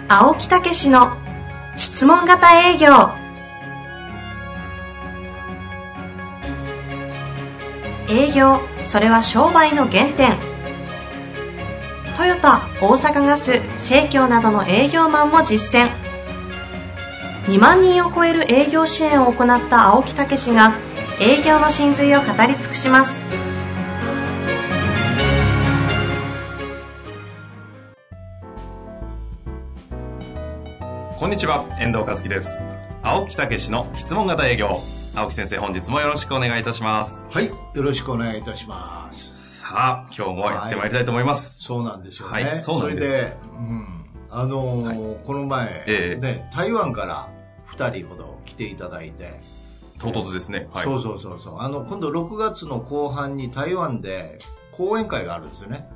青木武の質問型営業。営業、それは商売の原点。トヨタ、大阪ガス、生協などの営業マンも実践。2万人を超える営業支援を行った青木武が営業の真髄を語り尽くします。 こんにちは、遠藤和樹です。青木武の質問型営業。青木先生、本日もよろしくお願いいたします。 はい、よろしくお願いいたします。 さあ、今日もやってまいりたいと思います。 そうなんですよね。 はい、そうなんです。 それで、この前、ね、台湾から2人ほど来ていただいて、 唐突ですね。はい、 そう。今度6月の後半に台湾で講演会があるんですよね。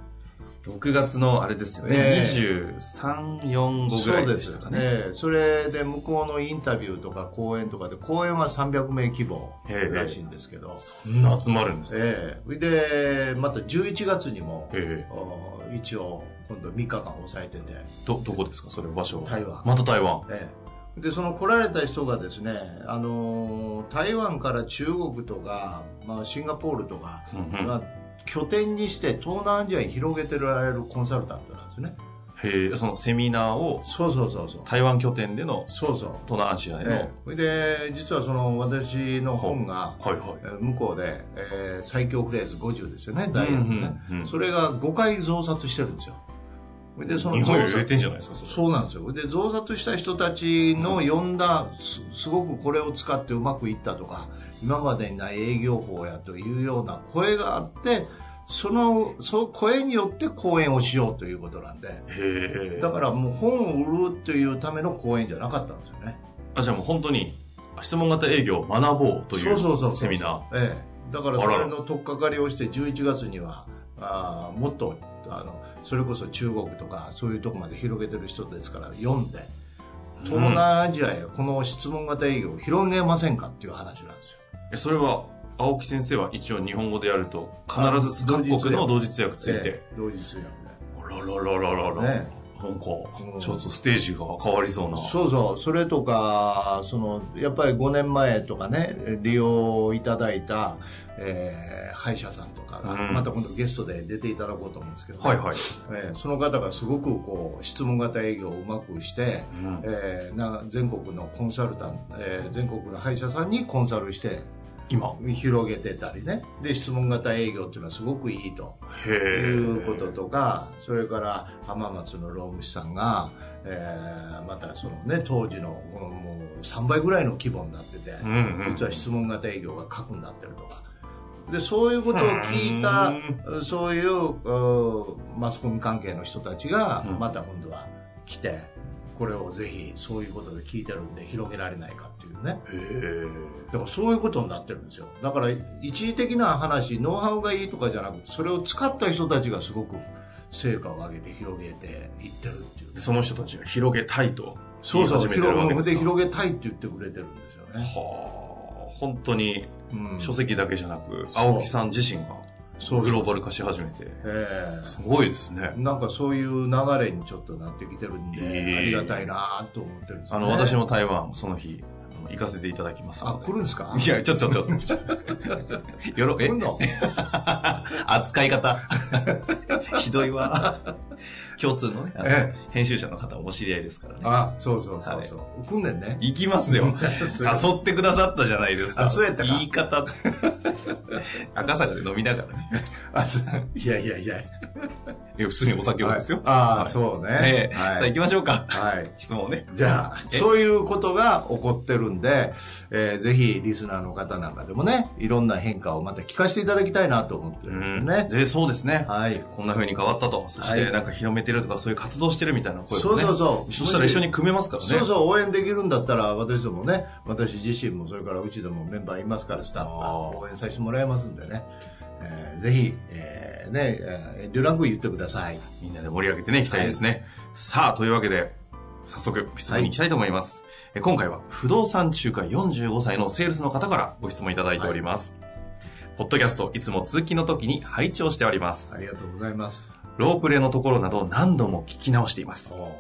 6月のあれですよね、23、4、5ぐらいでしたかね。 それで向こうのインタビューとか講演とかで、講演は300名規模らしいんですけど、 そんな集まるんですか。 でまた11月にも、一応今度3日間抑えてて、 どこですか、それ場所は。 台湾。 また台湾。 でその来られた人がですね、台湾から中国とか、シンガポールとかが拠点にして東南アジアに広げてられるコンサルタントなんですよね。 へえ、そのセミナーを台湾拠点での東南アジアへの。 で実はその私の本が向こうで、最強フレーズ50ですよね、ダイヤのね、それが5回増刷してるんですよ。でその日本より売れてんじゃないですか。 そうなんですよ。で増刷した人たちの呼んだ、すごくこれを使ってうまくいったとか、今までにない営業法やというような声があって、その声によって講演をしようということなんで、だからもう本を売るというための講演じゃなかったんですよね。 じゃあもう本当に質問型営業を学ぼうというセミナー。 だからそれの取っかかりをして11月にはもっとそれこそ中国とかそういうとこまで広げてる人ですから読んで、東南アジアへこの質問型営業を広げませんかっていう話なんですよ。 それは青木先生は一応日本語でやると必ず各国の同時通訳ついて、 同時通訳ね、なんかちょっとステージが変わりそうな。 それとかやっぱり5年前とかね、利用いただいた、歯医者さんとかが、また今度ゲストで出ていただこうと思うんですけど、その方がすごくこう質問型営業をうまくして、全国のコンサルタント、全国の歯医者さんにコンサルして今広げてたりね。で質問型営業っていうのはすごくいいということとか、それから浜松の労務士さんが、またそのね、当時のもう3倍ぐらいの規模になってて、実は質問型営業が核になってるとかで、そういうことを聞いたそういうマスコミ関係の人たちがまた今度は来て、これをぜひそういうことで聞いてるんで広げられないかっていうね。だからそういうことになってるんですよ。だから一時的な話、ノウハウがいいとかじゃなくて、それを使った人たちがすごく成果を上げて広げていってるっていう、 その人たちが広げたいと言い始めてるわけですか。広げたいって言ってくれてるんですよね。 本当に書籍だけじゃなく、青木さん自身がグローバル化し始めて、すごいですね。 なんかそういう流れにちょっとなってきてるんで、ありがたいなと思ってるんですよね。 私も台湾その日行かせていただきますので。 来るんですか。 いや、ちょっと来んの扱い方ひどいわ。共通のね、編集者の方もお知り合いですからね。 そう。来んねんね。 行きますよ。誘ってくださったじゃないですか。 そうやったか。 言い方。赤坂で飲みながらね。 いや。 普通にお酒をですよ。 そうね。 さあ行きましょうか。質問をね。 じゃあ、そういうことが起こってるんで、ぜひリスナーの方なんかでもね、いろんな変化をまた聞かせていただきたいなと思ってるんですね。 そうですね。こんな風に変わったと。そしてなんか広めてるとか、そういう活動してるみたいな声もね。そしたら一緒に組めますからね。 応援できるんだったら、私どもね、私自身もそれからうちでもメンバーいますから、スタッフが応援させてもらいますんでね。ぜひ、遠慮なく言ってください。 みんなで盛り上げてね、いきたいですね。さあ、というわけで、早速質問に行きたいと思います。今回は不動産仲介45歳のセールスの方からご質問いただいております。ポッドキャストいつも通勤の時に拝聴しております。 ありがとうございます。 ロープレのところなど何度も聞き直しています。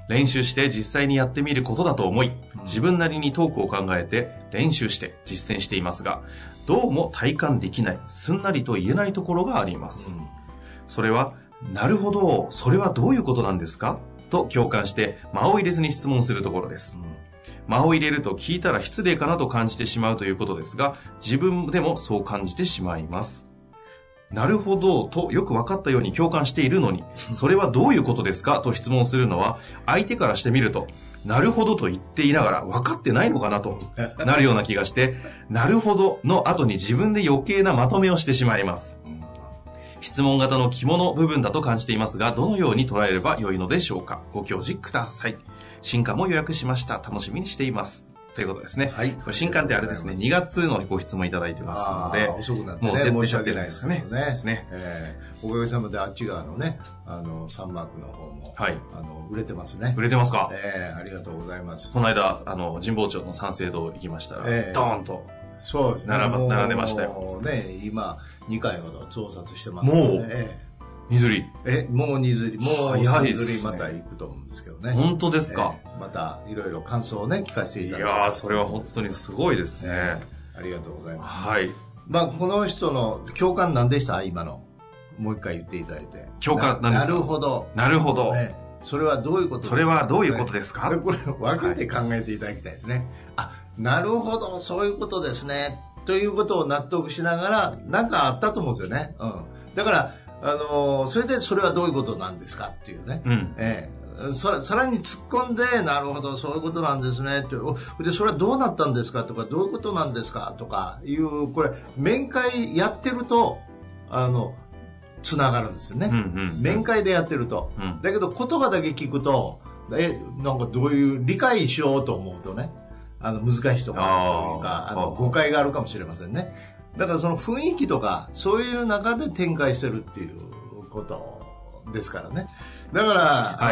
練習して実際にやってみることだと思い、自分なりにトークを考えて練習して実践していますが、どうも体感できない、すんなりと言えないところがあります。それは、なるほど、それはどういうことなんですかと共感して間を入れずに質問するところです。間を入れると聞いたら失礼かなと感じてしまうということですが、自分でもそう感じてしまいます。なるほどとよく分かったように共感しているのに、それはどういうことですかと質問するのは、相手からしてみると、なるほどと言っていながら分かってないのかなとなるような気がして、なるほどの後に自分で余計なまとめをしてしまいます。質問型の肝の部分だと感じていますが、どのように捉えれば良いのでしょうか。ご教示ください。新刊も予約しました。楽しみにしています。ということですね。はい。これ新刊ってあれですね、2月のご質問いただいてますので、 遅くなってね、 もう絶対申し訳ないですよね。 ですね。 おかげさまであっち側のね、サンマークの方も、 はい、 売れてますね。 売れてますか？ ありがとうございます。 この間、神保町の三成堂行きましたら、ドーンと、 そうですね。 並んでましたよ。 ね、今、2回ほど増刷してますね。 もう、2釣り。 もう2釣り。もう3釣りまた行くと思うんですけどね。 本当ですか？ またいろいろ感想をね、聞かせていただいて。 いやー、それは本当にすごいですね。 ありがとうございます。 はい。 まあ、この人の共感何でした今の。もう一回言っていただいて。 共感何ですか？ なるほど。 なるほど。 それはどういうことですか？ それはどういうことですか？ これ分けて考えていただきたいですね。なるほど、そういうことですね。ということを納得しながら、なんかあったと思うんですよね。だから、それでそれはどういうことなんですかっていうね。さらに突っ込んで、なるほど、そういうことなんですねって。で、それはどうなったんですかとか、どういうことなんですかとかいう、これ、面会やってると、つながるんですよね。面会でやってると。だけど、言葉だけ聞くと、なんかどういう理解しようと思うとね、難しいところというか、誤解があるかもしれませんね。だからその雰囲気とか、そういう中で展開してるっていうことですからね。だから、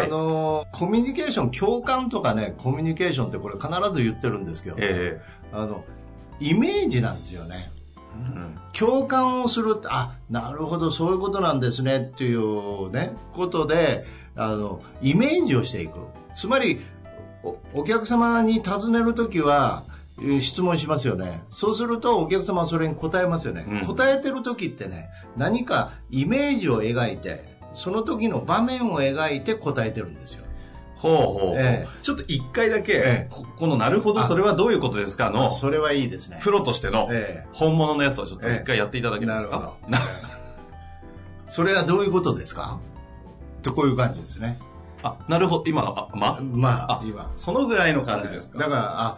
コミュニケーション、共感とかね、コミュニケーションってこれ必ず言ってるんですけど、イメージなんですよね。共感をするって、なるほど、そういうことなんですねっていうね、ことで、イメージをしていく。つまり、お客様に尋ねるときは、質問しますよね。そうするとお客様はそれに答えますよね。答えてる時ってね、何かイメージを描いて、その時の場面を描いて答えてるんですよ。 ちょっと一回だけ、このなるほど、それはどういうことですかの、 それはいいですね。 プロとしての本物のやつをちょっと一回やっていただけますか？なるほど。 それはどういうことですか？とこういう感じですね。 なるほど。今、今。そのぐらいの感じですか？ だから、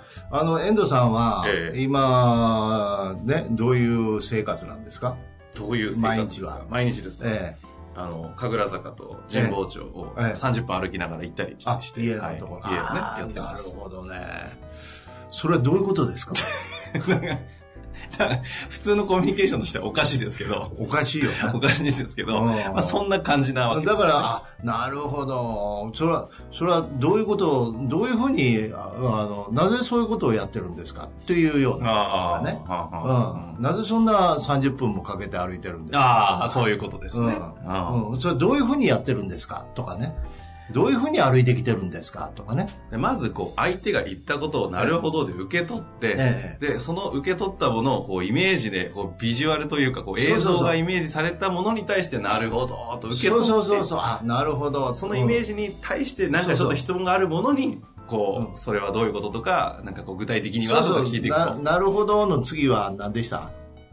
遠藤さんは、今、ね、どういう生活なんですか？ どういう生活ですか？毎日ですね。神楽坂と神保町を30分歩きながら行ったりして、 家のところ。 家をね、やってます。 なるほどね。それはどういうことですか？ 普通のコミュニケーションとしてはおかしいですけど。 おかしいよね。 おかしいですけど、そんな感じなわけです。 だから、なるほど。それはどういうことを、どういうふうに、なぜそういうことをやってるんですかっていうようなね。なぜそんな30分もかけて歩いてるんですか？ そういうことですね。 それはどういうふうにやってるんですかとかね。どういうふうに歩いてきてるんですかとかね。 まず相手が言ったことをなるほどで受け取って、でその受け取ったものをイメージでビジュアルというか映像がイメージされたものに対してなるほどと受け取って、 なるほど、 そのイメージに対して何かちょっと質問があるものにそれはどういうこととか、なんか具体的にはとか聞いていくと。 なるほどの次は何でした？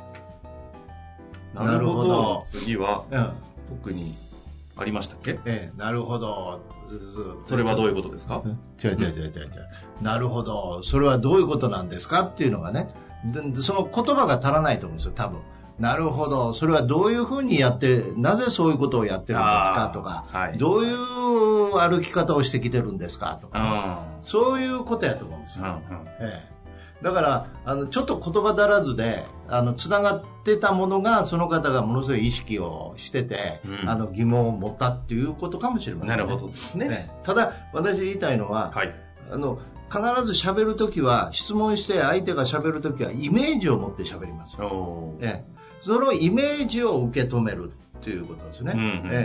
なるほどの次は、特にありましたっけ？ なるほど。 それはどういうことですか？ 違う。なるほど。それはどういうことなんですかっていうのがね、その言葉が足らないと思うんですよ、多分。なるほど。それはどういうふうにやって、なぜそういうことをやってるんですかとか、どういう歩き方をしてきてるんですかとか、そういうことやと思うんですよ。だから、ちょっと言葉足らずで、つながってたものが、その方がものすごい意識をしてて、疑問を持ったっていうことかもしれませんね。 なるほどですね。 ただ、私言いたいのは、必ず喋るときは、質問して相手が喋るときは、イメージを持って喋りますよ。そのイメージを受け止めるっていうことですね。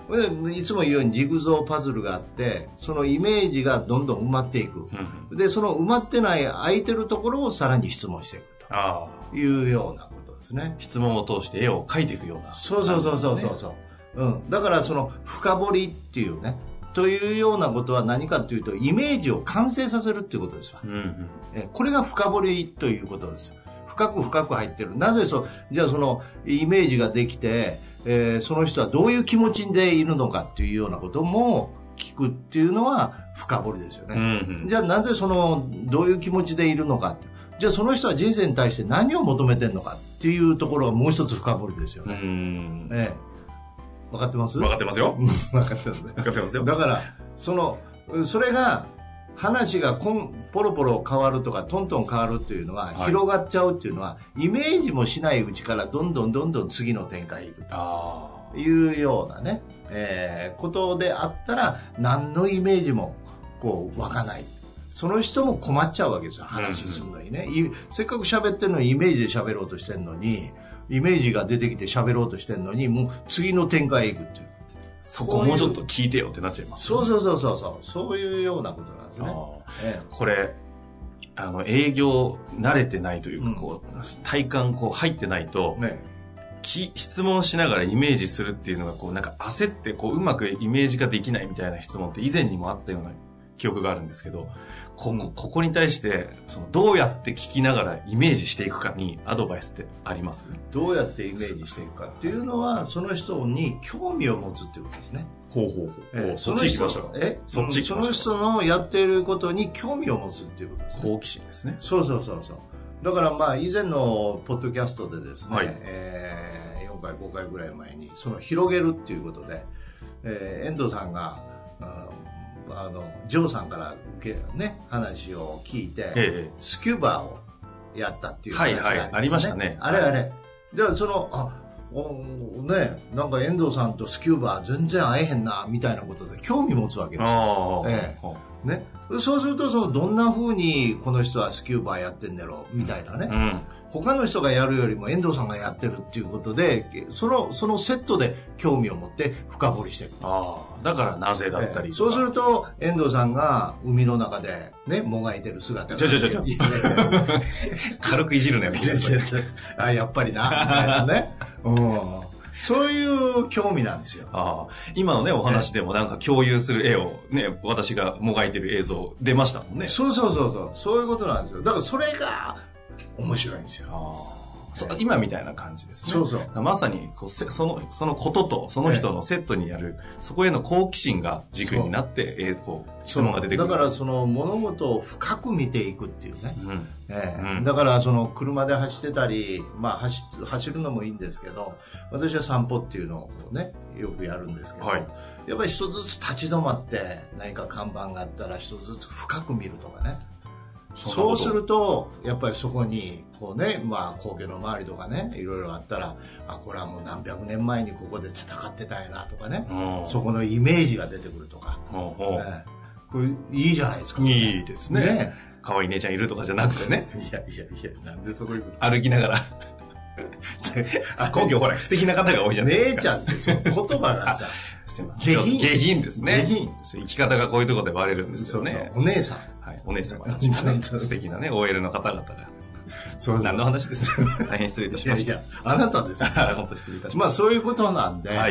いつも言うようにジグゾーパズルがあって、そのイメージがどんどん埋まっていく。で、その埋まってない空いてるところをさらに質問していくというようなことですね。 質問を通して絵を描いていくような、 そう。だからその深掘りっていうね、というようなことは何かというと、イメージを完成させるっていうことですわ。これが深掘りということです。深く入ってる。なぜじゃあそのイメージができて、その人はどういう気持ちでいるのかっていうようなことも聞くっていうのは深掘りですよね。じゃあなぜどういう気持ちでいるのかって。じゃあその人は人生に対して何を求めてるのかっていうところがもう一つ深掘りですよね。分かってます？ 分かってますよ。 分かってますね。 分かってますよ。 だからそれが話がポロポロ変わるとかトントン変わるっていうのは、広がっちゃうっていうのは、イメージもしないうちからどんどん次の展開へ行くというようなね、ことであったら、何のイメージも湧かない。その人も困っちゃうわけですよ、話するのにね。せっかく喋ってるのにイメージで喋ろうとしてるのに、イメージが出てきて喋ろうとしてるのに、もう次の展開へ行くっていう。 そこもうちょっと聞いてよってなっちゃいます、 そうそういうようなことなんですね。 これ営業慣れてないというか、体感入ってないと、質問しながらイメージするっていうのがなんか焦ってうまくイメージができないみたいな質問って以前にもあったような記憶があるんですけど、ここに対してどうやって聞きながらイメージしていくかにアドバイスってあります？ どうやってイメージしていくかっていうのは、その人に興味を持つっていうことですね。 そっち行きましたか？その人のやっていることに興味を持つっていうことですね。 好奇心ですね。 そうだから以前のポッドキャストでですね、4回5回ぐらい前に広げるっていうことで、遠藤さんがジョーさんから話を聞いて、スキューバーをやったっていう話がありますね。 ありましたね。 あれ。じゃあなんか遠藤さんとスキューバー全然会えへんなみたいなことで興味持つわけですよ。ね、そうするとどんな風にこの人はスキューバーやってんだろうみたいなね、他の人がやるよりも遠藤さんがやってるっていうことで、そのセットで興味を持って深掘りしていく。 だからなぜだったりとか、 そうすると遠藤さんが海の中でねもがいてる姿が軽くいじるねみたいなやっぱりなみたいなね、そういう興味なんですよ。 今のねお話でもなんか共有する絵をね、私がもがいてる映像出ましたもんね。 そういうことなんですよ。だからそれが面白いんですよ。 今みたいな感じですね。まさにそのこととその人のセットにやる、そこへの好奇心が軸になって質問が出てくる。 だから物事を深く見ていくっていうね、だから車で走ってたり、走るのもいいんですけど、私は散歩っていうのをねよくやるんですけど、やっぱり一つずつ立ち止まって何か看板があったら一つずつ深く見るとかね。そうするとやっぱりそこに皇居の周りとかねいろいろあったら、これはもう何百年前にここで戦ってたんやなとかね、そこのイメージが出てくるとか、これいいじゃないですか。 いいですね。可愛い姉ちゃんいるとかじゃなくてね。 いやなんでそこ行くの？ 歩きながら皇居ほら素敵な方が多いじゃないですか。 姉ちゃんって言葉がさ下品ですね。生き方がこういうところで割れるんですよね。 お姉さん、 お姉様たちがね、素敵なね OL の方々が。何の話ですか？大変失礼いたしました。 あなたです。 本当失礼いたしました。 そういうことなんで、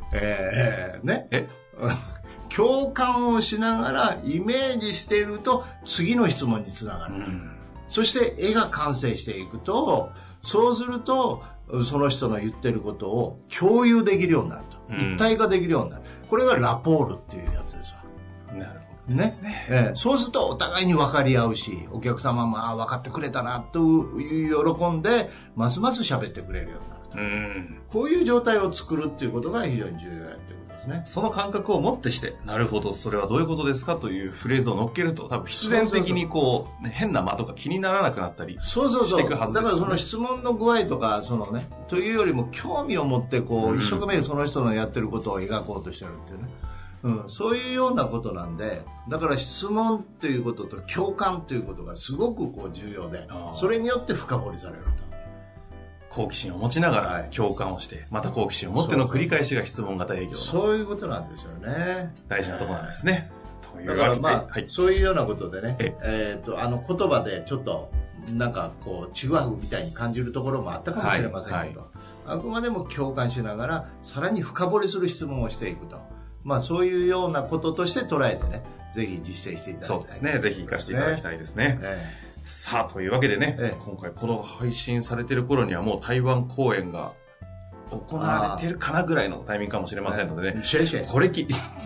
共感をしながらイメージしていると次の質問につながる。そして絵が完成していくと、そうするとその人の言ってることを共有できるようになると、一体化できるようになる。これがラポールっていうやつですわ。 なるほどですね。 そうするとお互いに分かり合うし、お客様も分かってくれたなと喜んでますます喋ってくれるようになると、こういう状態を作るっていうことが非常に重要やっていうことですね。 その感覚を持ってして、なるほどそれはどういうことですかというフレーズを乗っけると、多分必然的に変な間とか気にならなくなったりしていくはずです、 だからその質問の具合とかというよりも興味を持って一生懸命その人のやってることを描こうとしてるっていうね、そういうようなことなんで、だから質問ということと共感ということがすごく重要で、それによって深掘りされると。 好奇心を持ちながら共感をして、また好奇心を持っての繰り返しが質問型営業の。 そういうことなんですよね。 大事なところなんですね。というだからまあ、 はい、 そういうようなことでね、言葉でちょっと、なんかこう、ちぐはぐみたいに感じるところもあったかもしれませんけど、あくまでも共感しながら、さらに深掘りする質問をしていくと。まあそういうようなこととして捉えてね、ぜひ実践していただきたい。 そうですね。ぜひ活かしていただきたいですね。さあ、というわけでね、今回この配信されてる頃にはもう台湾公演が行われてるかなぐらいのタイミングかもしれませんのでね。これ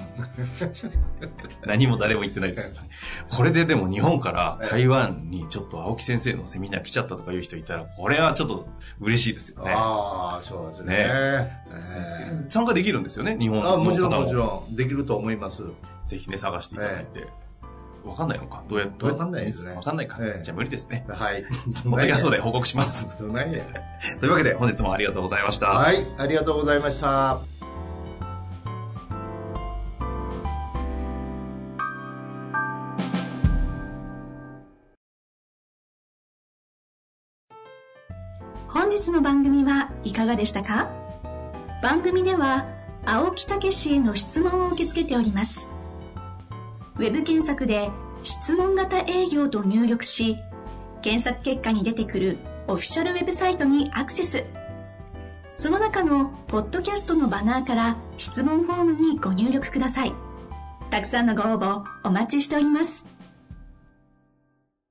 何も誰も言ってないです。これででも日本から台湾にちょっと青木先生のセミナー来ちゃったとかいう人いたら、これはちょっと嬉しいですよね。 ああ、そうですね。 参加できるんですよね、日本の方も。 もちろんもちろんできると思います。 ぜひね、探していただいて。わかんないのかどうやってわかんないですね。 わかんないか。じゃあ無理ですね。 はい。 ポッドキャストで報告します。というわけで本日もありがとうございました。 はい、ありがとうございました。 本日の番組はいかがでしたか？番組では青木武氏への質問を受け付けております。ウェブ検索で質問型営業と入力し、検索結果に出てくるオフィシャルウェブサイトにアクセス。その中のポッドキャストのバナーから質問フォームにご入力ください。たくさんのご応募お待ちしております。